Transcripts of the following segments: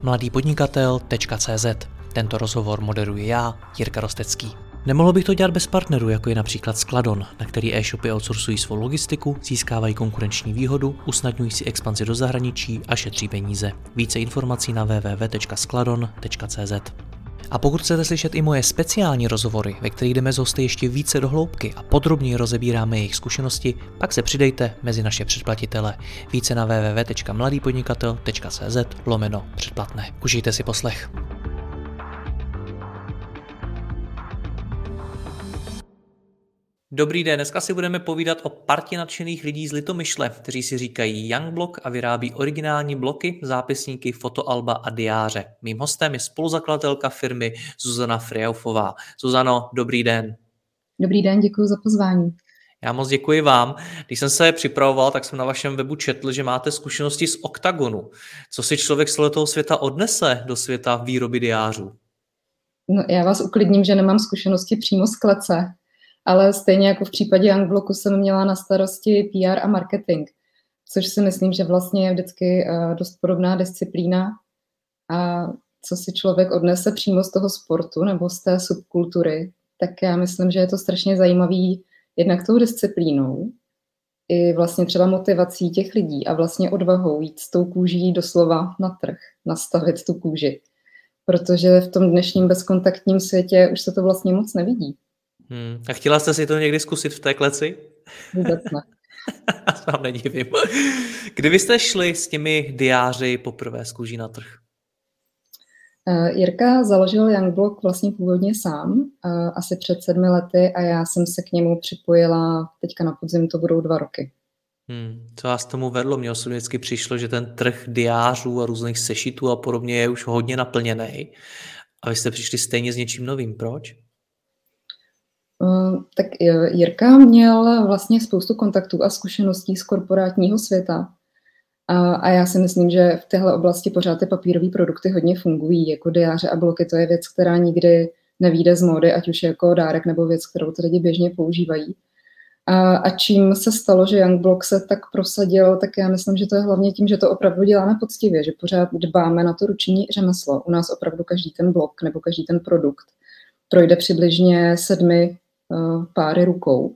mladýpodnikatel.cz. Tento rozhovor moderuji já, Jirka Rostecký. Nemohl bych to dělat bez partnerů, jako je například Skladon, na který e-shopy outsourcují svou logistiku, získávají konkurenční výhodu, usnadňují si expanzi do zahraničí a šetří peníze. Více informací na www.skladon.cz. A pokud chcete slyšet i moje speciální rozhovory, ve kterých jdeme s hosty ještě více do hloubky a podrobněji rozebíráme jejich zkušenosti, pak se přidejte mezi naše předplatitele. Více na www.mladýpodnikatel.cz/předplatné. Užijte si poslech. Dobrý den, dneska si budeme povídat o partě nadšených lidí z Litomyšle, kteří si říkají Youngblock a vyrábí originální bloky, zápisníky, fotoalba a diáře. Mým hostem je spoluzakladatelka firmy Zuzana Fryaufová. Zuzano, dobrý den. Dobrý den, děkuji za pozvání. Já moc děkuji vám. Když jsem se připravoval, tak jsem na vašem webu četl, že máte zkušenosti z OKTAGONu. Co si člověk z toho světa odnese do světa výroby diářů? No, já vás uklidním, že nemám zkušenosti přímo z klece, ale stejně jako v případě Youngblocku jsem měla na starosti PR a marketing, což si myslím, že vlastně je vždycky dost podobná disciplína. A co si člověk odnese přímo z toho sportu nebo z té subkultury, tak já myslím, že je to strašně zajímavý jednak tou disciplínou, i vlastně třeba motivací těch lidí a vlastně odvahou jít s tou kůží doslova na trh, nastavit tu kůži. Protože v tom dnešním bezkontaktním světě už se to vlastně moc nevidí. A chtěla jste si to někdy zkusit v té kleci? Vůbec ne. Sám nedivím. Kdy vy jste šli s těmi diáři poprvé z kůží na trh? Jirka založil Youngblock vlastně původně sám, asi před 7 lety a já jsem se k němu připojila teďka na podzim, to budou 2 roky. Co vás tomu vedlo? Mně osobně vždycky přišlo, že ten trh diářů a různých sešitů a podobně je už hodně naplněný. A vy jste přišli stejně s něčím novým. Proč? Tak Jirka měl vlastně spoustu kontaktů a zkušeností z korporátního světa. A já si myslím, že v téhle oblasti pořád ty papírové produkty hodně fungují, jako diáře a bloky. To je věc, která nikdy nevyjde z módy, ať už jako dárek nebo věc, kterou ty lidi běžně používají. A čím se stalo, že Youngblock se tak prosadil, tak já myslím, že to je hlavně tím, že to opravdu děláme poctivě, že pořád dbáme na to ruční řemeslo. U nás opravdu každý ten blok nebo každý ten produkt projde přibližně 7 páry rukou.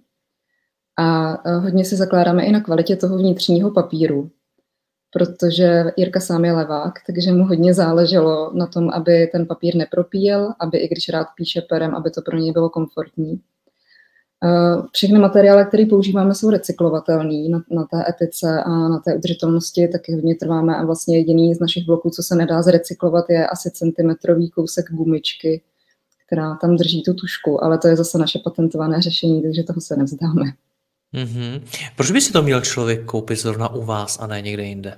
A hodně si zakládáme i na kvalitě toho vnitřního papíru, protože Jirka sám je levák, takže mu hodně záleželo na tom, aby ten papír nepropíjel, aby i když rád píše perem, aby to pro něj bylo komfortní. Všechny materiály, které používáme, jsou recyklovatelné na té etice a na té udržitelnosti, taky hodně trváme a vlastně jediný z našich bloků, co se nedá zrecyklovat, je asi centimetrový kousek gumičky, která tam drží tu tušku, ale to je zase naše patentované řešení, takže toho se nevzdáme. Proč by si to měl člověk koupit zrovna u vás a ne někde jinde?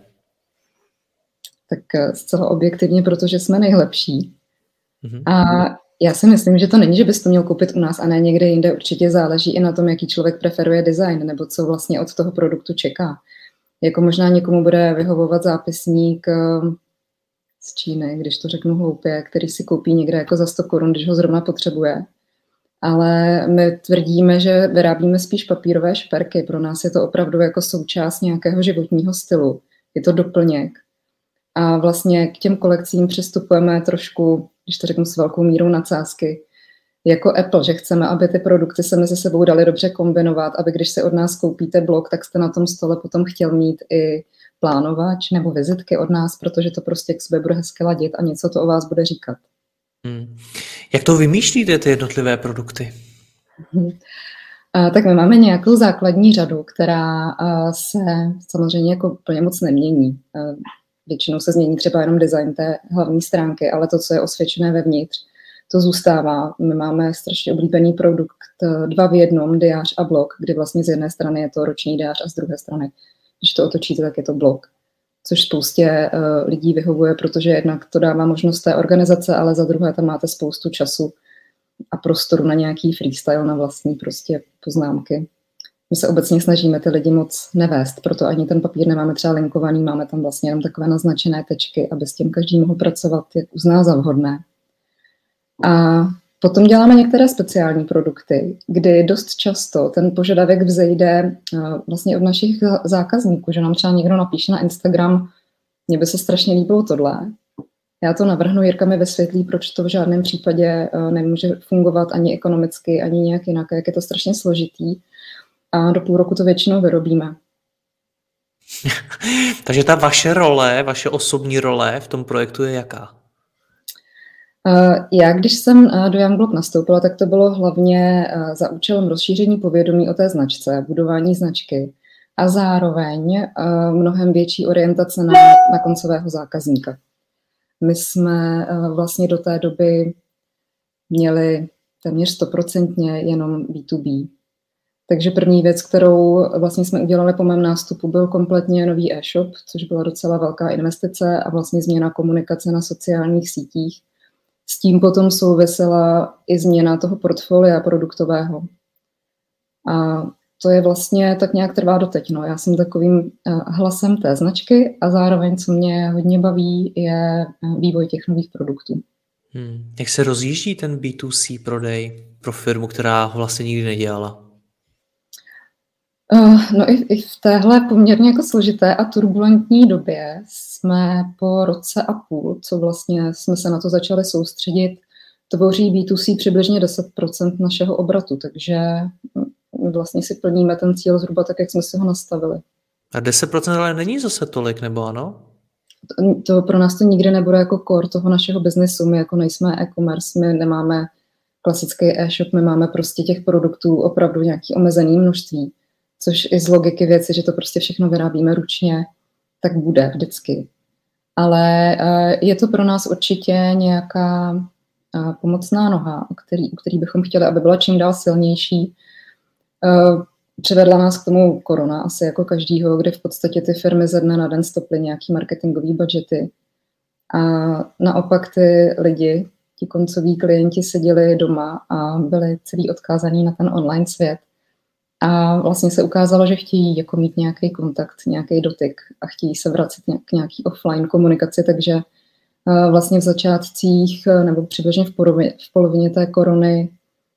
Tak zcela objektivně, protože jsme nejlepší. A já si myslím, že to není, že bys to měl koupit u nás a ne někde jinde. Určitě záleží i na tom, jaký člověk preferuje design nebo co vlastně od toho produktu čeká. Jako možná někomu bude vyhovovat zápisník z Číny, když to řeknu hloupě, který si koupí někde jako za 100 korun, když ho zrovna potřebuje. Ale my tvrdíme, že vyrábíme spíš papírové šperky. Pro nás je to opravdu jako součást nějakého životního stylu. Je to doplněk. A vlastně k těm kolekcím přistupujeme trošku, když to řeknu s velkou mírou nadsázky, jako Apple, že chceme, aby ty produkty se mezi sebou daly dobře kombinovat, aby když si od nás koupíte blok, tak jste na tom stole potom chtěl mít i plánovač nebo vizitky od nás, protože to prostě k sobě bude hezky ladit a něco to o vás bude říkat. Jak to vymýšlíte, ty jednotlivé produkty? Tak my máme nějakou základní řadu, která se samozřejmě jako úplně moc nemění. Většinou se změní třeba jenom design té hlavní stránky, ale to, co je osvědčené vevnitř, to zůstává. My máme strašně oblíbený produkt 2 v 1, diář a blok, kdy vlastně z jedné strany je to roční diář a z druhé strany, když to otočíte, tak je to blok. Což spoustě lidí vyhovuje, protože jednak to dává možnost té organizace, ale za druhé tam máte spoustu času a prostoru na nějaký freestyle, na vlastní prostě poznámky. My se obecně snažíme ty lidi moc nevést, proto ani ten papír nemáme třeba linkovaný, máme tam vlastně jenom takové naznačené tečky, aby s tím každý mohl pracovat, jak uzná za vhodné. A potom děláme některé speciální produkty, kdy dost často ten požadavek vzejde vlastně od našich zákazníků, že nám třeba někdo napíše na Instagram, mně by se strašně líbilo tohle. Já to navrhnu, Jirka mi vysvětlí, proč to v žádném případě nemůže fungovat ani ekonomicky, ani nějak jinak, jak je to strašně složitý a do půl roku to většinou vyrobíme. Takže ta vaše role, vaše osobní role v tom projektu je jaká? Já, když jsem do Youngblock nastoupila, tak to bylo hlavně za účelem rozšíření povědomí o té značce, budování značky a zároveň mnohem větší orientace na koncového zákazníka. My jsme vlastně do té doby měli téměř 100% jenom B2B. Takže první věc, kterou vlastně jsme udělali po mém nástupu, byl kompletně nový e-shop, což byla docela velká investice a vlastně změna komunikace na sociálních sítích. S tím potom souvisela i změna toho portfolia produktového. A to je vlastně tak nějak trvá doteď. No. Já jsem takovým hlasem té značky a zároveň, co mě hodně baví, je vývoj těch nových produktů. Jak se rozjíždí ten B2C prodej pro firmu, která ho vlastně nikdy nedělala? No i v téhle poměrně jako složité a turbulentní době jsme po roce a půl, co vlastně jsme se na to začali soustředit, tvoří B2C přibližně 10% našeho obratu, takže vlastně si plníme ten cíl zhruba tak, jak jsme si ho nastavili. A 10% ale není zase tolik, nebo ano? To pro nás to nikdy nebude jako core toho našeho biznesu. My jako nejsme e-commerce, my nemáme klasický e-shop, my máme prostě těch produktů opravdu nějaký omezený množství, což i z logiky věci, že to prostě všechno vyrábíme ručně, tak bude vždycky. Ale je to pro nás určitě nějaká pomocná noha, u který bychom chtěli, aby byla čím dál silnější. Přivedla nás k tomu korona, asi jako každýho, kde v podstatě ty firmy ze dne na den stoply nějaký marketingový budžety. A naopak ty lidi, ti koncoví klienti seděli doma a byli celý odkázaní na ten online svět. A vlastně se ukázalo, že chtějí jako mít nějaký kontakt, nějaký dotyk a chtějí se vracet k nějaký offline komunikaci, takže vlastně v začátcích nebo přibližně v polovině té korony,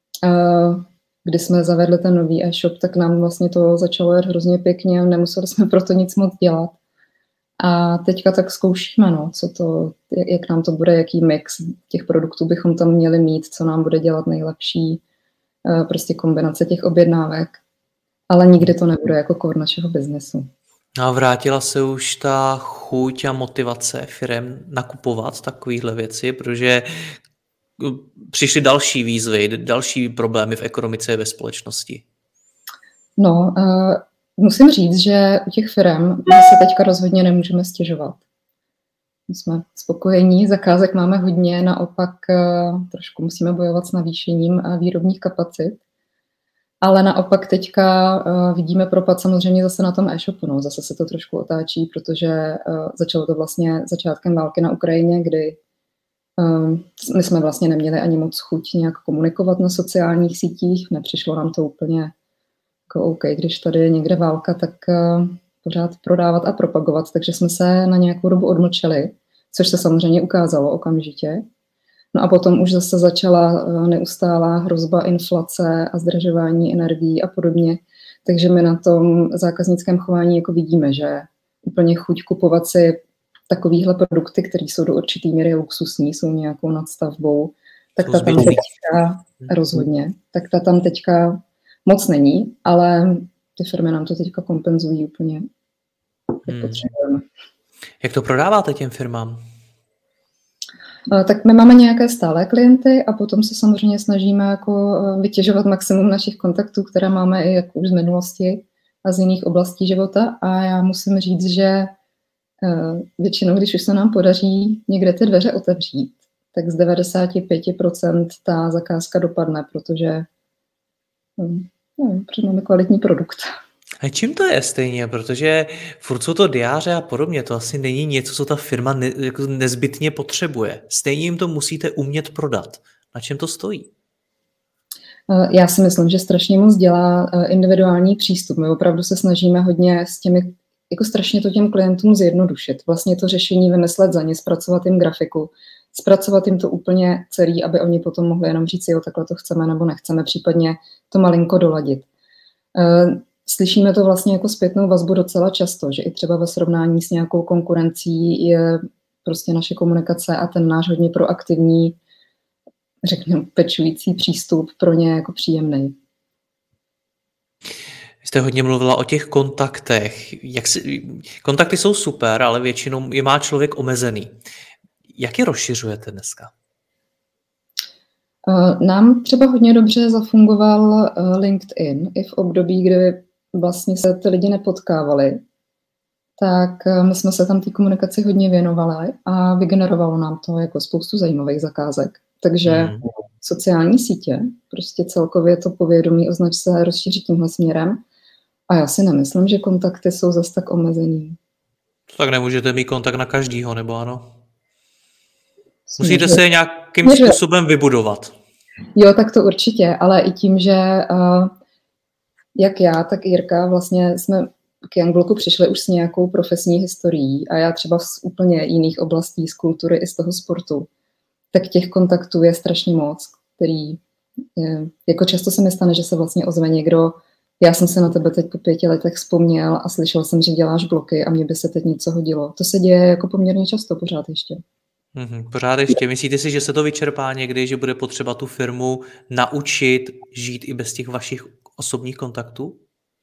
kdy jsme zavedli ten nový e-shop, tak nám vlastně to začalo jet hrozně pěkně a nemuseli jsme proto nic moc dělat. A teďka tak zkoušíme, no, jak nám to bude, jaký mix těch produktů bychom tam měli mít, co nám bude dělat nejlepší, prostě kombinace těch objednávek. Ale nikdy to nebude jako core našeho biznesu. A vrátila se už ta chuť a motivace firem nakupovat takovéhle věci, protože přišly další výzvy, další problémy v ekonomice ve společnosti. No, musím říct, že u těch firem se teďka rozhodně nemůžeme stěžovat. My jsme spokojení, zakázek máme hodně, naopak trošku musíme bojovat s navýšením výrobních kapacit. Ale naopak teďka vidíme propad samozřejmě zase na tom e-shopu. No. Zase se to trošku otáčí, protože začalo to vlastně začátkem války na Ukrajině, kdy my jsme vlastně neměli ani moc chuť nějak komunikovat na sociálních sítích. Nepřišlo nám to úplně jako OK, když tady je někde válka, tak pořád prodávat a propagovat. Takže jsme se na nějakou dobu odmlčeli, což se samozřejmě ukázalo okamžitě. No a potom už zase začala neustálá hrozba inflace a zdražování energií a podobně. Takže my na tom zákaznickém chování jako vidíme, že úplně chuť kupovat si takovýhle produkty, které jsou do určitý míry luxusní, jsou nějakou nadstavbou, tak ta tam teďka rozhodně, tak ta tam teďka moc není, ale ty firmy nám to teďka kompenzují úplně, jak potřebujeme. Jak to prodáváte těm firmám? Tak my máme nějaké stálé klienty a potom se samozřejmě snažíme jako vytěžovat maximum našich kontaktů, které máme i jako už z minulosti a z jiných oblastí života. A já musím říct, že většinou, když už se nám podaří někde ty dveře otevřít, tak z 95% ta zakázka dopadne, protože máme kvalitní produkt. A čím to je stejně? Protože furt jsou to diáře a podobně, to asi není něco, co ta firma jako nezbytně potřebuje. Stejně jim to musíte umět prodat. Na čem to stojí? Já si myslím, že strašně moc dělá individuální přístup. My opravdu se snažíme hodně s těmi, jako strašně to těm klientům zjednodušit. Vlastně to řešení vymyslet za ně, zpracovat jim grafiku, zpracovat jim to úplně celý, aby oni potom mohli jenom říct, jo, takhle to chceme nebo nechceme, případně to malinko doladit. Slyšíme to vlastně jako zpětnou vazbu docela často, že i třeba ve srovnání s nějakou konkurencí je prostě naše komunikace a ten náš hodně proaktivní, řekněme, pečující přístup pro ně jako příjemný. Vy jste hodně mluvila o těch kontaktech. Kontakty jsou super, ale většinou je má člověk omezený. Jak je rozšiřujete dneska? Nám třeba hodně dobře zafungoval LinkedIn i v období, kdy vlastně se ty lidi nepotkávali, tak my jsme se tam té komunikaci hodně věnovali a vygenerovalo nám to jako spoustu zajímavých zakázek. Takže sociální sítě, prostě celkově to povědomí o značce rozšířit tímhle směrem. A já si nemyslím, že kontakty jsou zase tak omezený. Tak nemůžete mít kontakt na každýho, nebo ano? Musíte se nějakým způsobem vybudovat. Jo, tak to určitě, ale i tím, že jak já, tak Jirka vlastně jsme k Youngbloku přišli už s nějakou profesní historií a já třeba z úplně jiných oblastí, z kultury i z toho sportu, tak těch kontaktů je strašně moc, který jako často se mi stane, že se vlastně ozve někdo, já jsem se na tebe teď po 5 letech vzpomněl a slyšel jsem, že děláš bloky a mně by se teď něco hodilo. To se děje jako poměrně často pořád ještě. Pořád ještě. Myslíte si, že se to vyčerpá někdy, že bude potřeba tu firmu naučit žít i bez těch vašich osobních kontaktů?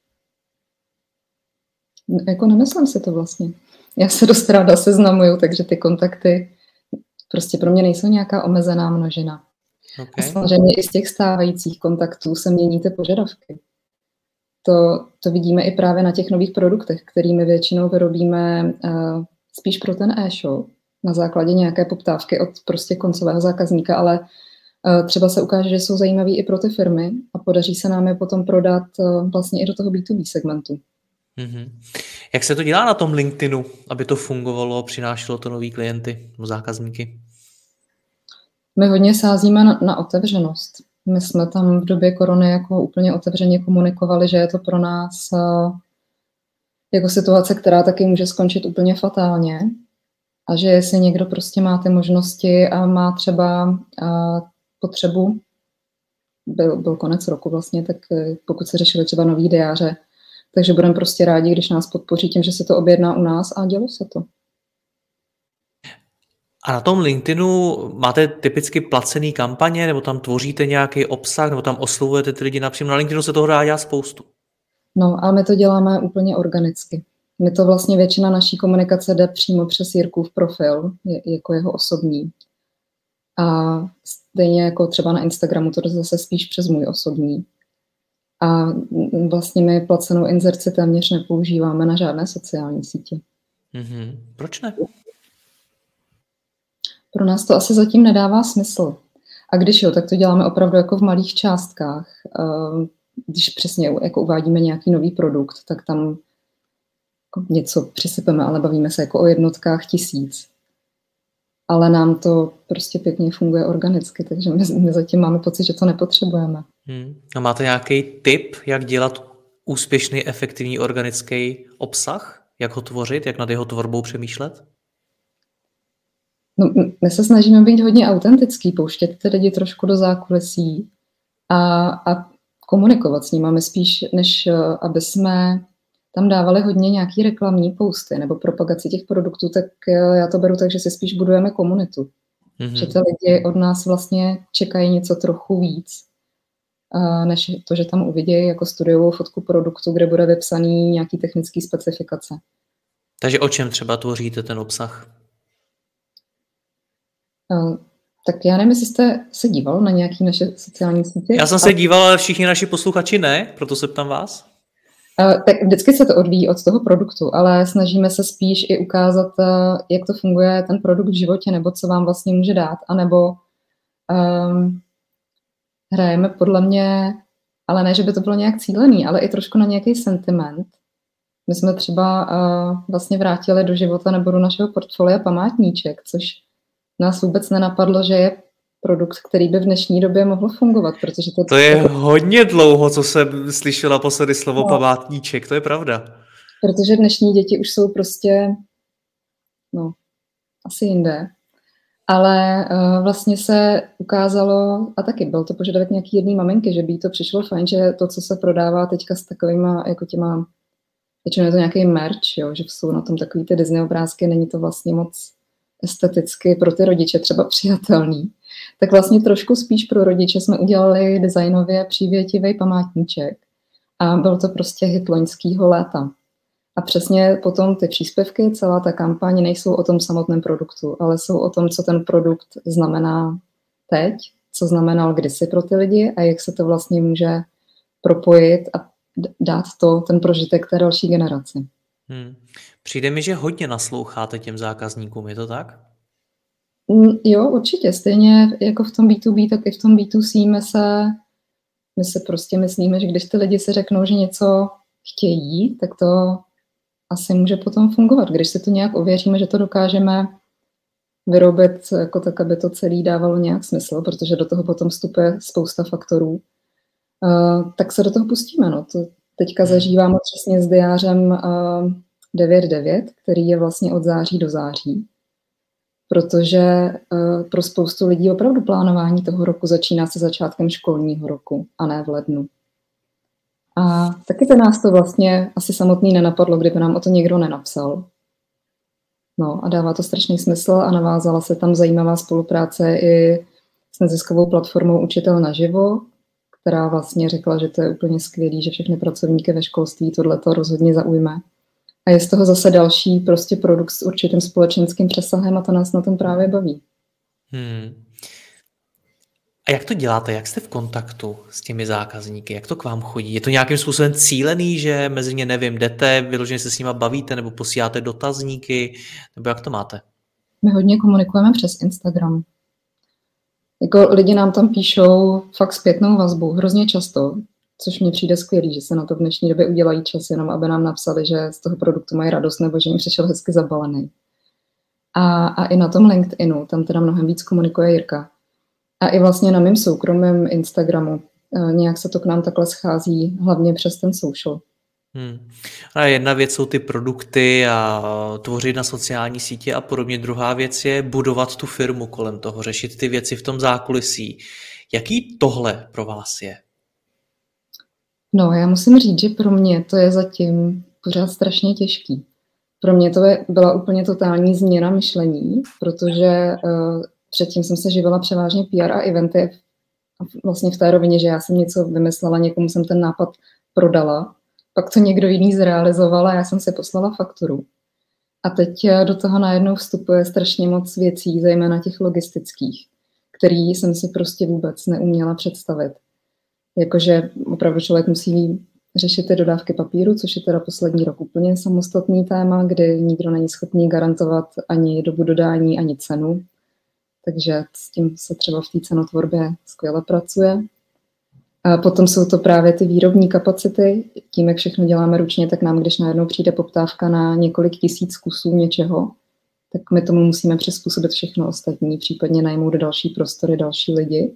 Jako nemyslím si to vlastně. Já se dost ráda seznamuju, takže ty kontakty prostě pro mě nejsou nějaká omezená množina. Okay. A samozřejmě i z těch stávajících kontaktů se mění ty požadavky. To vidíme i právě na těch nových produktech, kterými většinou vyrobíme spíš pro ten e-shop na základě nějaké poptávky od prostě koncového zákazníka, ale třeba se ukáže, že jsou zajímaví i pro ty firmy a podaří se nám je potom prodat vlastně i do toho B2B segmentu. Jak se to dělá na tom LinkedInu, aby to fungovalo a přinášelo to nový klienty, zákazníky? My hodně sázíme na otevřenost. My jsme tam v době korony jako úplně otevřeně komunikovali, že je to pro nás jako situace, která taky může skončit úplně fatálně a že jestli někdo prostě má ty možnosti a má třeba potřebu, byl konec roku vlastně, tak pokud se řešili třeba nový diáře, takže budeme prostě rádi, když nás podpoří tím, že se to objedná u nás a dělo se to. A na tom LinkedInu máte typicky placený kampaně, nebo tam tvoříte nějaký obsah, nebo tam oslovujete ty lidi napřímo? Na LinkedInu se toho dá dělat spoustu. No, ale my to děláme úplně organicky. My to vlastně většina naší komunikace jde přímo přes Jirkův profil, jako jeho osobní. A stejně jako třeba na Instagramu, to jde zase spíš přes můj osobní. A vlastně my placenou inzerci téměř nepoužíváme na žádné sociální sítě. Proč ne? Pro nás to asi zatím nedává smysl. A když jo, tak to děláme opravdu jako v malých částkách. Když přesně jako uvádíme nějaký nový produkt, tak tam něco přisypeme, ale bavíme se jako o jednotkách tisíc. Ale nám to prostě pěkně funguje organicky, takže my zatím máme pocit, že to nepotřebujeme. A máte nějaký tip, jak dělat úspěšný, efektivní organický obsah? Jak ho tvořit? Jak nad jeho tvorbou přemýšlet? No, my se snažíme být hodně autentický, pouštět ty lidi trošku do zákulisí a komunikovat s nimi. My spíš, než aby jsme tam dávali hodně nějaký reklamní posty nebo propagaci těch produktů, tak já to beru tak, že si spíš budujeme komunitu. Že ty lidi od nás vlastně čekají něco trochu víc, než to, že tam uvidějí jako studiovou fotku produktu, kde bude vypsaný nějaký technický specifikace. Takže o čem třeba tvoříte ten obsah? Tak já nevím, jestli jste se díval na nějaké naše sociální sítě. Já jsem se díval, ale všichni naši posluchači ne, proto se ptám vás. Tak vždycky se to odvíjí od toho produktu, ale snažíme se spíš i ukázat, jak to funguje ten produkt v životě, nebo co vám vlastně může dát, anebo hrajeme podle mě, ale ne, že by to bylo nějak cílený, ale i trošku na nějaký sentiment. My jsme třeba vlastně vrátili do života nebo do našeho portfolia památníček, což nás vůbec nenapadlo, že je produkt, který by v dnešní době mohl fungovat, protože to je hodně dlouho, co jsem slyšela poslední slovo památníček, to je pravda. Protože dnešní děti už jsou prostě, asi jinde, ale vlastně se ukázalo, a taky byl to požadavek nějaký jedné maminky, že by jí to přišlo fajn, že to, co se prodává teďka s takovýma, jako těma, většinou je to nějaký merch, jo, že jsou na tom takový ty Disney obrázky, není to vlastně moc esteticky pro ty rodiče třeba přijatelný, tak vlastně trošku spíš pro rodiče jsme udělali designově přívětivý památníček. A byl to prostě hit loňského léta. A přesně potom ty příspěvky, celá ta kampaň nejsou o tom samotném produktu, ale jsou o tom, co ten produkt znamená teď, co znamenal kdysi pro ty lidi a jak se to vlastně může propojit a dát ten prožitek té další generaci. Přijde mi, že hodně nasloucháte těm zákazníkům, je to tak? Jo, určitě. Stejně jako v tom B2B, tak i v tom B2C my se prostě myslíme, že když ty lidi si řeknou, že něco chtějí, tak to asi může potom fungovat. Když si to nějak ověříme, že to dokážeme vyrobit jako tak, aby to celé dávalo nějak smysl, protože do toho potom vstupuje spousta faktorů, tak se do toho pustíme. No. To teďka zažíváme přesně s diářem 9.9, který je vlastně od září do září, protože pro spoustu lidí opravdu plánování toho roku začíná se začátkem školního roku a ne v lednu. A taky by nás to vlastně asi samotný nenapadlo, kdyby nám o to někdo nenapsal. No a dává to strašný smysl a navázala se tam zajímavá spolupráce i s neziskovou platformou Učitel naživo, která vlastně řekla, že to je úplně skvělý, že všechny pracovníky ve školství tohleto rozhodně zaujme. A je z toho zase další prostě produkt s určitým společenským přesahem a to nás na tom právě baví. A jak to děláte? Jak jste v kontaktu s těmi zákazníky? Jak to k vám chodí? Je to nějakým způsobem cílený, že mezi ně, nevím, jdete, vyloženě se s nima bavíte nebo posíláte dotazníky? Nebo jak to máte? My hodně komunikujeme přes Instagram. Jako lidi nám tam píšou fakt zpětnou vazbu, hrozně často, což mně přijde skvělý, že se na to v dnešní době udělají čas, jenom aby nám napsali, že z toho produktu mají radost nebo že jim přišel hezky zabalený. A i na tom LinkedInu, tam teda mnohem víc komunikuje Jirka. A i vlastně na mém soukromém Instagramu. Nějak se to k nám takhle schází, hlavně přes ten social. A jedna věc jsou ty produkty a tvořit na sociální sítě a podobně. Druhá věc je budovat tu firmu kolem toho, řešit ty věci v tom zákulisí. Jaký tohle pro vás je? No, já musím říct, že pro mě to je zatím pořád strašně těžký. Pro mě to byla úplně totální změna myšlení, protože předtím jsem se živila převážně PR a eventy vlastně v té rovině, že já jsem něco vymyslela, někomu jsem ten nápad prodala, pak to někdo jiný zrealizoval a já jsem si poslala fakturu. A teď do toho najednou vstupuje strašně moc věcí, zejména těch logistických, který jsem si prostě vůbec neuměla představit. Jakože opravdu člověk musí řešit ty dodávky papíru, což je teda poslední rok úplně samostatný téma, kdy nikdo není schopný garantovat ani dobu dodání, ani cenu. Takže s tím se třeba v té cenotvorbě skvěle pracuje. A potom jsou to právě ty výrobní kapacity. Tím, jak všechno děláme ručně, tak nám, když najednou přijde poptávka na několik tisíc kusů něčeho, tak my tomu musíme přizpůsobit všechno ostatní, případně najmout další prostory, další lidi.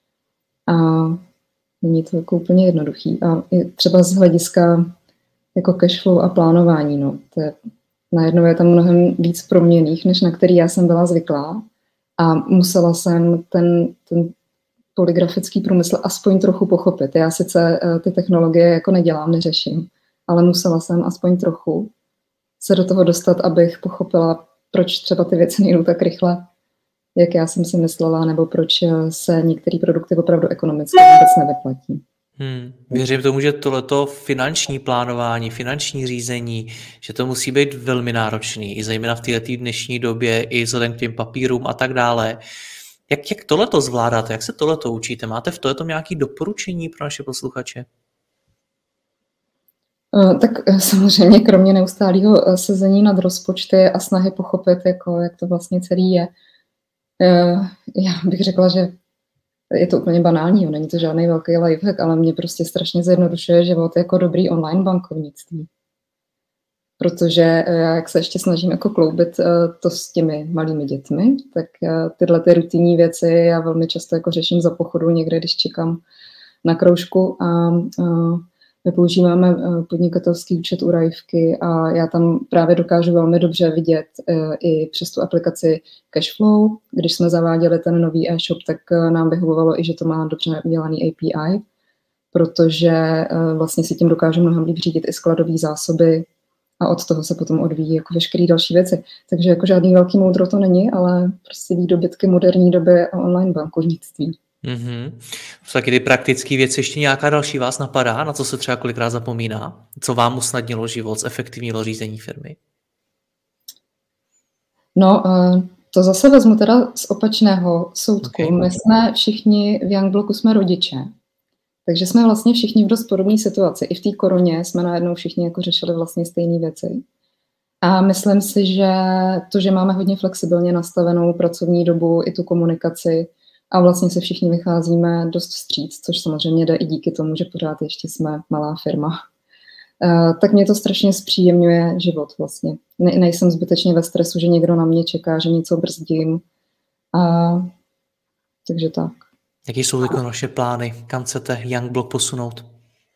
A není to jako úplně jednoduchý. A i třeba z hlediska jako cashflow a plánování, no, najednou je tam mnohem víc proměnných, než na který já jsem byla zvyklá. A musela jsem ten polygrafický průmysl aspoň trochu pochopit. Já sice ty technologie jako nedělám, neřeším, ale musela jsem aspoň trochu se do toho dostat, abych pochopila, proč třeba ty věci nejdou tak rychle, jak já jsem si myslela, nebo proč se některé produkty opravdu ekonomicky vůbec nevyplatí. Věřím tomu, že tohleto finanční plánování, finanční řízení, že to musí být velmi náročný, i zejména v této dnešní době, i vzhledem k těm papírům a tak dále. Jak tohleto zvládáte? Jak se tohleto učíte? Máte v tomto nějaké doporučení pro naše posluchače? Tak samozřejmě kromě neustálého sezení nad rozpočty a snahy pochopit, jako, jak to vlastně celý je. Já bych řekla, že je to úplně banální, není to žádný velký lifehack, ale mě prostě strašně zjednodušuje život jako dobrý online bankovnictví. Protože já, jak se ještě snažím jako kloubit to s těmi malými dětmi, tak tyhle ty rutinní věci já velmi často jako řeším za pochodu někde, když čekám na kroužku a my používáme podnikatelský účet u Rajvky a já tam právě dokážu velmi dobře vidět i přes tu aplikaci Cashflow. Když jsme zaváděli ten nový e-shop, tak nám vyhovovalo i, že to má dobře udělaný API, protože vlastně si tím dokážu mnohem líp řídit i skladové zásoby A od toho se potom odvíjí jako veškeré další věci. Takže jako žádný velký moudro to není, ale prostě výdobytky moderní doby a online bankovnictví. To jsou taky ty praktické věci. Ještě nějaká další vás napadá, na co se třeba kolikrát zapomíná? Co vám usnadnilo život, zefektivnilo řízení firmy? No, to zase vezmu teda z opačného soudku. Okay. My jsme všichni v Youngblocku jsme rodiče, takže jsme vlastně všichni v dost podobné situaci. I v té koroně jsme najednou všichni jako řešili vlastně stejné věci. A myslím si, že to, že máme hodně flexibilně nastavenou pracovní dobu i tu komunikaci a vlastně se všichni vycházíme dost vstříc, což samozřejmě jde i díky tomu, že pořád ještě jsme malá firma. Tak mě to strašně zpříjemňuje život vlastně. Nejsem zbytečně ve stresu, že někdo na mě čeká, že něco brzdím. Takže tak. Jaké jsou jako naše plány? Kam chcete Youngblock posunout?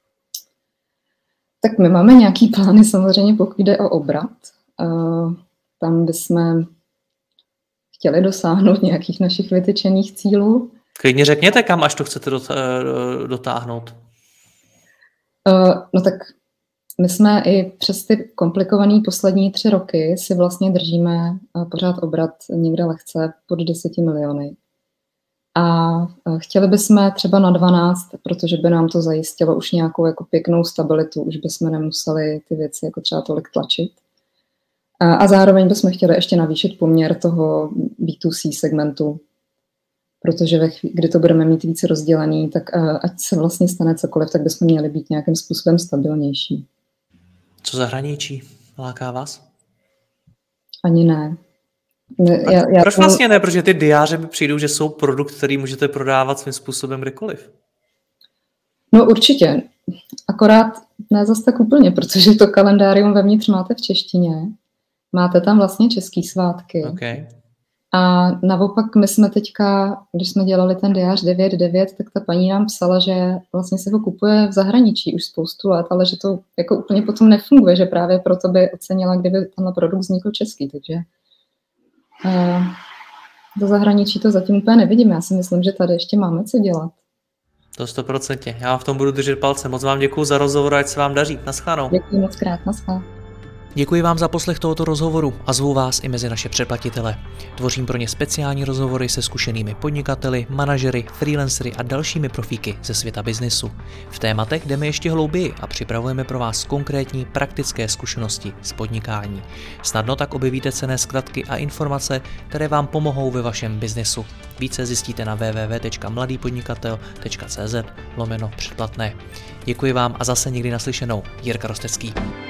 Tak my máme nějaký plány samozřejmě, pokud jde o obrat. Tam bychom chtěli dosáhnout nějakých našich vytyčených cílů. Klidně řekněte, kam až to chcete dotáhnout. No tak my jsme i přes ty komplikované poslední 3 roky si vlastně držíme pořád obrat někde lehce pod 10 miliony. A chtěli bychom třeba na 12, protože by nám to zajistilo už nějakou jako pěknou stabilitu, už bychom nemuseli ty věci jako třeba tolik tlačit. A zároveň bychom chtěli ještě navýšit poměr toho B2C segmentu, protože kdy to budeme mít více rozdělený, tak ať se vlastně stane cokoliv, tak bychom měli být nějakým způsobem stabilnější. Co zahraničí? Láká vás? Ani ne. Proč vlastně ne? Protože ty diáře mi přijdou, že jsou produkt, který můžete prodávat svým způsobem kdekoliv. No určitě. Akorát ne zas tak úplně, protože to kalendárium vevnitř máte v češtině. Máte tam vlastně český svátky. Okay. A naopak my jsme teďka, když jsme dělali ten diář 9.9, tak ta paní nám psala, že vlastně se ho kupuje v zahraničí už spoustu let, ale že to jako úplně potom nefunguje, že právě proto by ocenila, kdyby tenhle produkt vznikl český. Takže do zahraničí to zatím úplně nevidím. Já si myslím, že tady ještě máme co dělat. To 100%. Já v tom budu držet palce. Moc vám děkuju za rozhovor, ať se vám daří. Naschledanou. Děkuji moc krát. Naschledanou. Děkuji vám za poslech tohoto rozhovoru a zvu vás i mezi naše předplatitele. Tvořím pro ně speciální rozhovory se zkušenými podnikateli, manažery, freelancery a dalšími profíky ze světa biznesu. V tématech jdeme ještě hlouběji a připravujeme pro vás konkrétní praktické zkušenosti z podnikání. Snadno tak objevíte cenné zkratky a informace, které vám pomohou ve vašem biznesu. Více zjistíte na www.mladýpodnikatel.cz/předplatné. Děkuji vám a zase někdy naslyšenou. Jirka Rostecký.